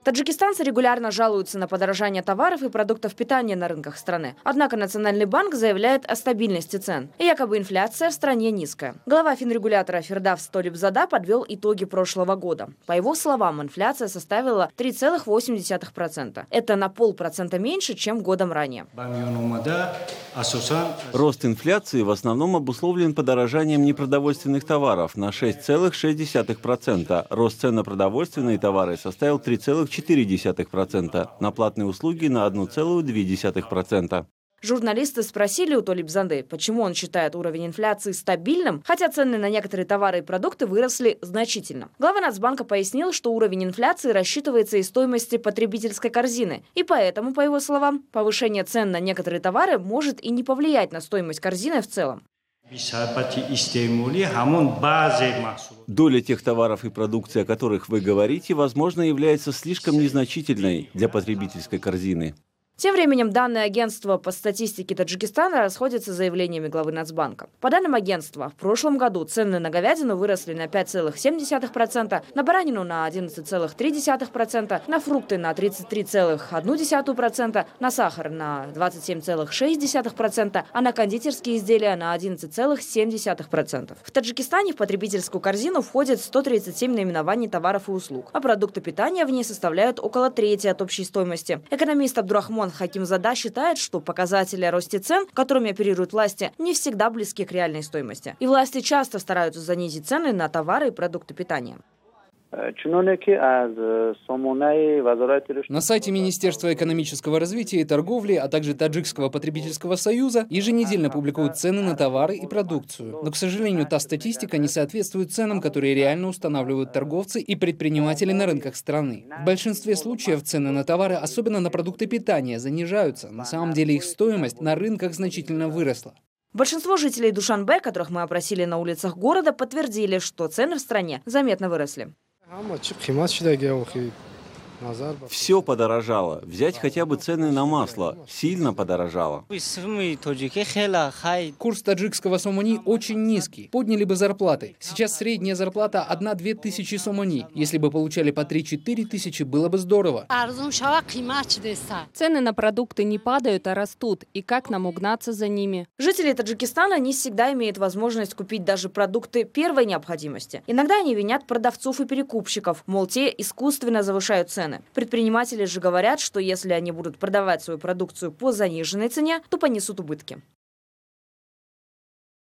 Таджикистанцы регулярно жалуются на подорожание товаров и продуктов питания на рынках страны. Однако Национальный банк заявляет о стабильности цен. И якобы инфляция в стране низкая. Глава финрегулятора Фирдавс Толибзада подвел итоги прошлого года. По его словам, инфляция составила 3,8%. Это на 0,5% меньше, чем годом ранее. Рост инфляции в основном обусловлен подорожанием непродовольственных товаров на 6,6%. Рост цен на продовольственные товары составил 3,4%, на платные услуги на 1,2%. Журналисты спросили у Толибзады, почему он считает уровень инфляции стабильным, хотя цены на некоторые товары и продукты выросли значительно. Глава Нацбанка пояснил, что уровень инфляции рассчитывается из стоимости потребительской корзины. И поэтому, по его словам, повышение цен на некоторые товары может и не повлиять на стоимость корзины в целом. Доля тех товаров и продукции, о которых вы говорите, возможно, является слишком незначительной для потребительской корзины. Тем временем данные агентства по статистике Таджикистана расходятся с заявлениями главы Нацбанка. По данным агентства, в прошлом году цены на говядину выросли на 5,7%, на баранину на 11,3%, на фрукты на 33,1%, на сахар на 27,6%, а на кондитерские изделия на 11,7%. В Таджикистане в потребительскую корзину входит 137 наименований товаров и услуг, а продукты питания в ней составляют около трети от общей стоимости. Экономист Абдурахман Хакимзада считает, что показатели о росте цен, которыми оперируют власти, не всегда близки к реальной стоимости. И власти часто стараются занизить цены на товары и продукты питания. На сайте Министерства экономического развития и торговли, а также Таджикского потребительского союза еженедельно публикуют цены на товары и продукцию. Но, к сожалению, та статистика не соответствует ценам, которые реально устанавливают торговцы и предприниматели на рынках страны. В большинстве случаев цены на товары, особенно на продукты питания, занижаются. На самом деле их стоимость на рынках значительно выросла. Большинство жителей Душанбе, которых мы опросили на улицах города, подтвердили, что цены в стране заметно выросли. Все подорожало. Взять хотя бы цены на масло. Сильно подорожало. Курс таджикского сомони очень низкий. Подняли бы зарплаты. Сейчас средняя зарплата 1-2 тысячи сомони. Если бы получали по 3-4 тысячи, было бы здорово. Цены на продукты не падают, а растут. И как нам угнаться за ними? Жители Таджикистана не всегда имеют возможность купить даже продукты первой необходимости. Иногда они винят продавцов и перекупщиков, мол, те искусственно завышают цены. Предприниматели же говорят, что если они будут продавать свою продукцию по заниженной цене, то понесут убытки.